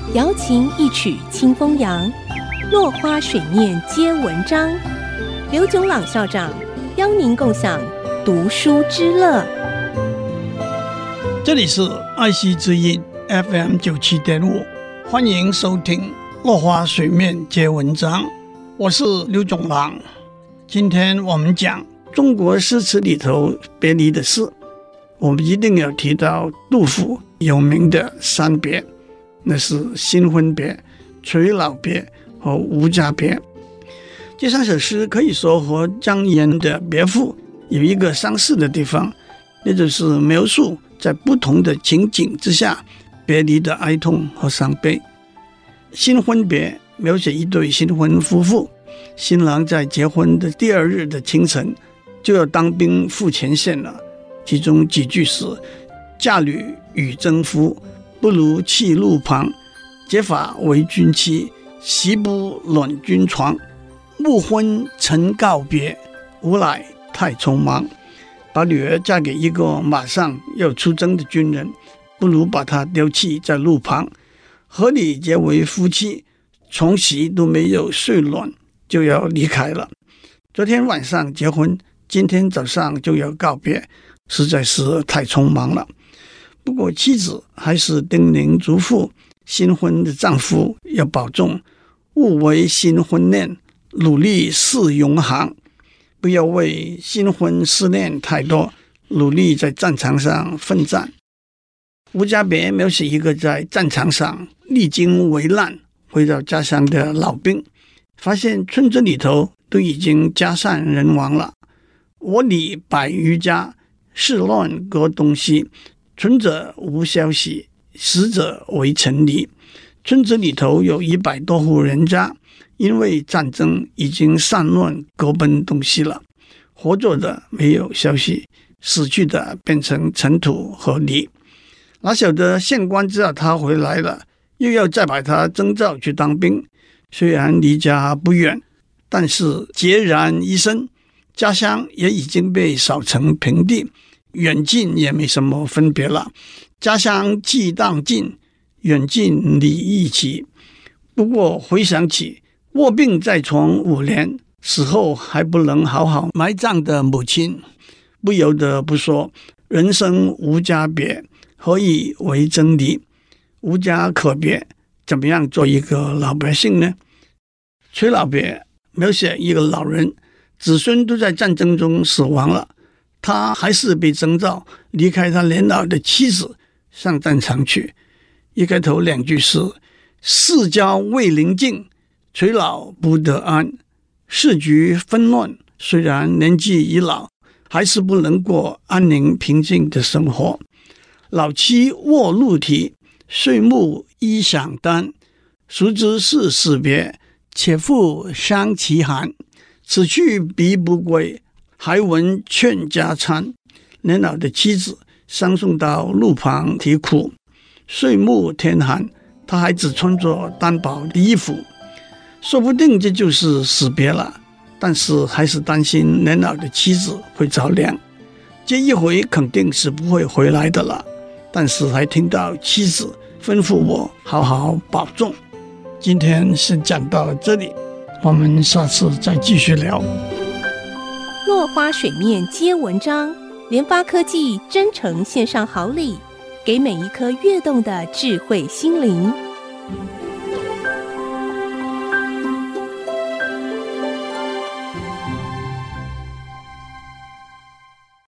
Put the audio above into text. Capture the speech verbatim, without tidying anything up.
瑶琴一曲清风扬，落花水面皆文章。刘炯朗校长邀您共享读书之乐。 这里是爱惜之音 F M 九十七点五，欢迎收听落花水面皆文章，我是刘炯朗。今天我们讲中国诗词里头别离的诗，我们一定要提到杜甫有名的三别，那是新婚别、垂老别和无家别。这三首诗可以说和张炎的别赋有一个相似的地方，那就是描述在不同的情景之下别离的哀痛和伤悲。新婚别描写一对新婚夫妇，新郎在结婚的第二日的清晨就要当兵赴前线了，其中几句是：嫁履与征夫，不如弃路旁，结发为君妻，席不卵军床，暮昏晨告别，无来太匆忙。把女儿嫁给一个马上要出征的军人，不如把她丢弃在路旁，和你结为夫妻，从席都没有睡暖就要离开了。昨天晚上结婚，今天早上就要告别，实在是太匆忙了。不过妻子还是叮咛嘱咐新婚的丈夫要保重，勿为新婚恋，努力是永行。不要为新婚思念太多，努力在战场上奋战。无家别描写一个在战场上历经危难回到家乡的老兵，发现村子里头都已经家散人亡了。我里百余家，事乱各东西，存者无消息，死者为陈离。村子里头有一百多户人家，因为战争已经散乱各奔东西了，活着的没有消息，死去的变成尘土和泥。哪晓得县官知道他回来了，又要再把他征召去当兵。虽然离家不远，但是孑然一身，家乡也已经被扫成平地，远近也没什么分别了。家乡既当尽，远近理一齐。不过回想起卧病在床五年，死后还不能好好埋葬的母亲，不由得不说：人生无家别，何以为真离？无家可别，怎么样做一个老百姓呢？垂老别描写一个老人，子孙都在战争中死亡了，他还是被征召离开他年老的妻子上战场去。一开头两句是：世交未临尽，垂老不得安。世局纷乱，虽然年纪已老，还是不能过安宁平静的生活。老妻卧露啼，岁暮衣响单。孰知是死别，且复伤其寒。此去彼不归，还闻劝家餐。年老的妻子相送到路旁啼哭，岁暮天寒，他还只穿着单薄的衣服，说不定这就是死别了。但是还是担心年老的妻子会着凉，这一回肯定是不会回来的了。但是还听到妻子吩咐我好好保重。今天先讲到这里，我们下次再继续聊。 落花水面皆文章，联发科技真诚献上好礼，给每一颗跃动的智慧心灵。